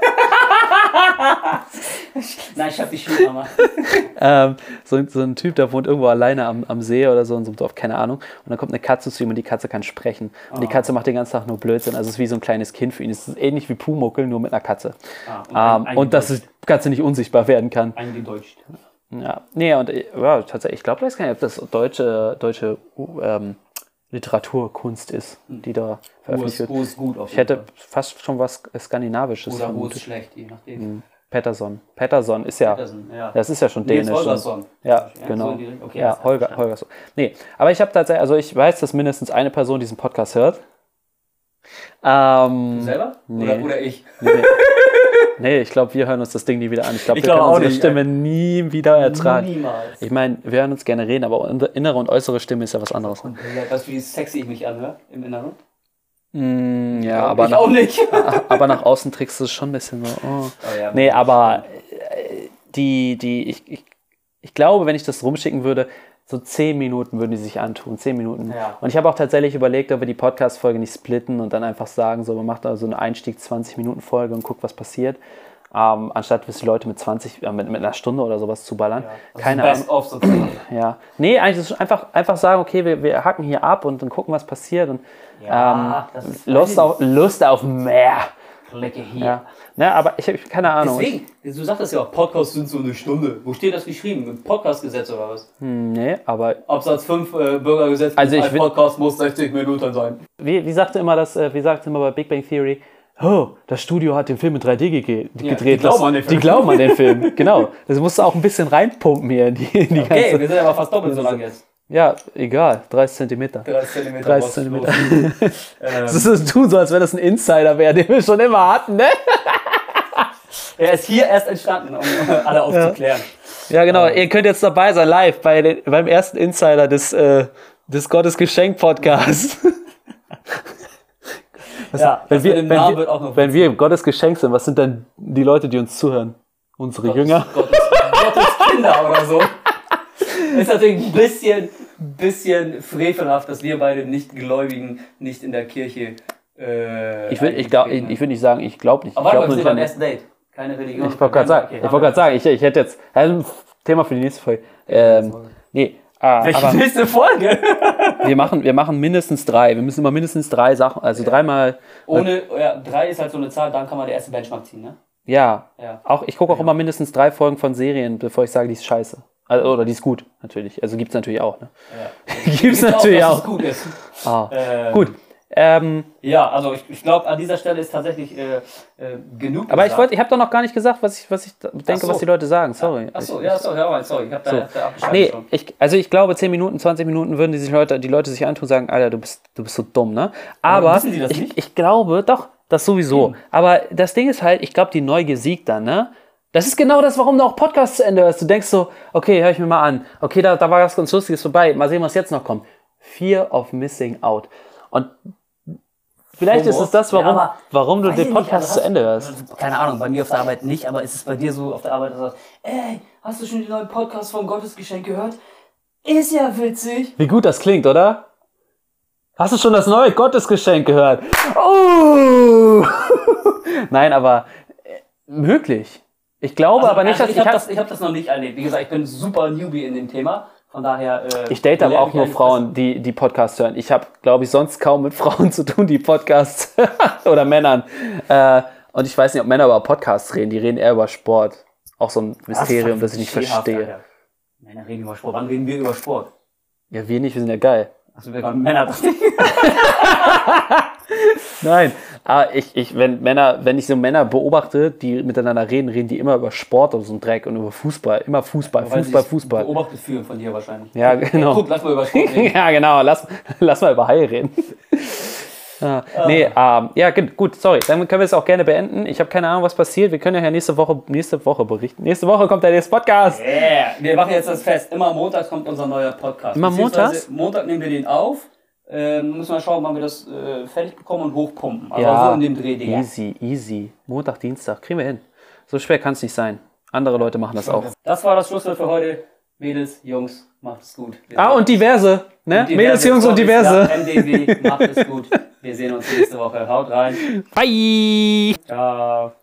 Nein, ich hab die Schulmama. Ähm, so, so ein Typ, der wohnt irgendwo alleine am, am See oder so in so einem Dorf, keine Ahnung. Und dann kommt eine Katze zu ihm und die Katze kann sprechen. Und die Oh. Katze macht den ganzen Tag nur Blödsinn. Also es ist wie so ein kleines Kind für ihn. Es ist ähnlich wie Pumuckl, nur mit einer Katze. Ah, und Ähm, ein- und dass die Katze nicht unsichtbar werden kann. eingedeutscht. Ja, nee, und ja, tatsächlich, ich glaube, ich weiß gar nicht, ob das deutsche, deutsche ähm, Literaturkunst ist, die da veröffentlicht wird. Wo ist gut auf Ich hätte fast schon was Skandinavisches Oder wo vermutet. ist schlecht, je nachdem. Hm. Pettersson. Pettersson ist ja, Pettersson, ja. das ist ja schon Nils dänisch. Holgersson. Ja, Ja, genau. so in die Richtung. Okay, ja, das Holger, ist Holgersson. Nee, aber ich habe tatsächlich, also ich weiß, dass mindestens eine Person diesen Podcast hört. Ähm, Du selber? Nee. Oder, oder ich? Nee, nee ich glaube, wir hören uns das Ding nie wieder an. Ich glaube, Ich wir glaub können auch unsere nicht, Stimme nie wieder ertragen. Niemals. Ich meine, wir hören uns gerne reden, aber unsere innere und äußere Stimme ist ja was anderes. Ne? Weißt du, wie sexy ich mich anhöre im Inneren? Mm, ja, aber ich nach, auch nicht. aber nach außen trägst du es schon ein bisschen so. Oh. Oh ja, Nee, aber äh, die, die, ich, ich, ich glaube, wenn ich das rumschicken würde, so zehn Minuten würden die sich antun, zehn Minuten. Ja. Und ich habe auch tatsächlich überlegt, ob wir die Podcast-Folge nicht splitten und dann einfach sagen, so, man macht da so eine Einstieg zwanzig Minuten Folge und guckt, was passiert. Ähm, anstatt bis die Leute mit zwanzig, äh, mit, mit einer Stunde oder sowas zu ballern. Ja, also Keine Best Ahnung. of sozusagen. Ja. Nee, eigentlich ist es einfach, einfach sagen, okay, wir, wir hacken hier ab und dann gucken, was passiert. Und Ja, das ähm, ist- Lust, auf, Lust auf mehr. Klicke hier. Ja. Ne, aber ich habe keine Ahnung. Deswegen, du sagtest ja auch, Podcasts sind so eine Stunde. Wo steht das geschrieben? Im Podcastgesetz oder was? Hm, nee, aber Absatz fünf äh, Bürgergesetz, Also ich ein will- Podcast muss sechzig Minuten sein. wie, wie sagte immer das, äh, wie sagte immer bei Big Bang Theory, oh, das Studio hat den Film in drei D ge Ja, gedreht. die glauben Das- an den Film. Die glauben an den Film, genau. Das musst du auch ein bisschen reinpumpen hier in die, in die Okay, ganze... wir sind aber fast doppelt so lang jetzt. Ja, egal, dreißig Zentimeter. dreißig Zentimeter. dreißig was Zentimeter. los. ähm, Das ist das tun so, als wenn das ein Insider wäre, den wir schon immer hatten, ne? er ist hier erst entstanden, um alle aufzuklären. Ja, genau. Ihr könnt jetzt dabei sein, live, bei den, beim ersten Insider des, äh, des Gottes-Geschenk-Podcasts. Ja, Wenn das wir, mit dem wenn, Namen wir, wird auch noch wenn wir Gottes Geschenk sind, was sind dann die Leute, die uns zuhören? Unsere Gottes, Jünger? Gottes, Gottes Kinder oder so. Ist natürlich ein bisschen, bisschen frevelhaft, dass wir beide Nicht-Gläubigen nicht in der Kirche äh, Ich will ich glaub, ich, ich will nicht sagen, ich glaube nicht. Aber ich warte glaube mal, wir sind nicht beim an, ersten Date. Keine Religion. ich wollte gerade sagen, Okay, ich wollte gerade sagen, ich, ich hätte jetzt, also, Thema für die nächste Folge. Ähm, nee, ah, Welche aber nächste Folge? wir machen, wir machen mindestens drei. Wir müssen immer mindestens drei Sachen, also dreimal, Ohne, ja, drei ist halt so eine Zahl, dann kann man der erste Benchmark ziehen, ne? ja. Ja. Auch, ich gucke auch immer mindestens drei Folgen von Serien, bevor ich sage, die ist scheiße. Also, oder die ist gut, natürlich. Also gibt's natürlich auch, ne? Ja. Gibt's natürlich dass auch. es gut ist. Ah. Ähm, Gut. Ähm, Ja, also ich, ich glaube, an dieser Stelle ist tatsächlich äh, äh, genug. aber ich gesagt. wollte, ich habe doch noch gar nicht gesagt, was ich, was ich denke, so. was die Leute sagen. Sorry. Achso, Ich- ja, so, hör mal, sorry, ich hab da, So. hab da abgeschaltet Nee, schon. ich, also ich glaube, zehn Minuten, zwanzig Minuten würden die, sich Leute, die Leute sich antun und sagen, Alter, du bist, du bist so dumm, ne? Aber wissen die das ich, nicht? ich glaube, doch, das sowieso. Hm. Aber das Ding ist halt, ich glaube, die Neugier siegt dann, ne? Das ist genau das, warum du auch Podcasts zu Ende hörst. Du denkst so, okay, hör ich mir mal an. Okay, da, da war was ganz Lustiges vorbei. Mal sehen, was jetzt noch kommt. Fear of Missing Out. Und vielleicht ist es das, warum, Ja, aber warum du weiß den ich nicht, Podcast also zu hast- Ende hörst. Keine Ahnung, bei mir auf der Arbeit nicht, aber ist es bei dir so auf der Arbeit, dass du sagst, ey, hast du schon den neuen Podcast von Gottesgeschenk gehört? Ist ja witzig. Wie gut das klingt, oder? Hast du schon das neue Gottesgeschenk gehört? Oh! Nein, aber äh, möglich. Ich glaube aber nicht, also dass ich ich, habe hab- das, ich hab das noch nicht erlebt. Wie gesagt, ich bin super Newbie in dem Thema. Von daher. Äh, ich date aber lerne auch mich nur eigentlich Frauen, die, die Podcasts hören. Ich habe, glaube ich, sonst kaum mit Frauen zu tun, die Podcasts oder Männern. Äh, und ich weiß nicht, ob Männer über Podcasts reden. Die reden eher über Sport. Auch so ein besser. Mysterium, das ich nicht klischeehaft, verstehe. Alter. Männer reden über Sport. Wann reden wir über Sport? Ja, wir nicht, wir sind ja geil. Also wir waren Männer. Nein, aber ich, ich, wenn Männer, wenn ich so Männer beobachte, die miteinander reden, reden die immer über Sport oder so ein Dreck und über Fußball. Immer Fußball, Weil Fußball, sie Fußball. beobachtet fühlen von dir wahrscheinlich. Ja, genau. Ey, guck, lass mal über Sport reden. Ja, genau. Lass, lass mal über Haie reden. Ja, nee, ähm, ja, gut, gut, sorry. Dann können wir es auch gerne beenden. Ich habe keine Ahnung, was passiert. Wir können ja nächste Woche, nächste Woche berichten. Nächste Woche kommt der nächste Podcast. Yeah. Wir machen jetzt das fest. Immer montags kommt unser neuer Podcast. Immer Beziehungsweise montags? Montag nehmen wir den auf. Ähm, müssen wir schauen, wann wir das äh, fertig bekommen und hochpumpen. Also Ja, so in dem Dreh, Digga. easy, easy. Montag, Dienstag, kriegen wir hin. So schwer kann es nicht sein. Andere Leute machen das auch. Das war das Schlusswort für heute. Mädels, Jungs, macht es gut. Wir Ah, sehen und diverse, ne? uns. Mädels, Jungs und diverse. Ja, M D W, macht es gut. Wir sehen uns nächste Woche. Haut rein. Bye! Ciao.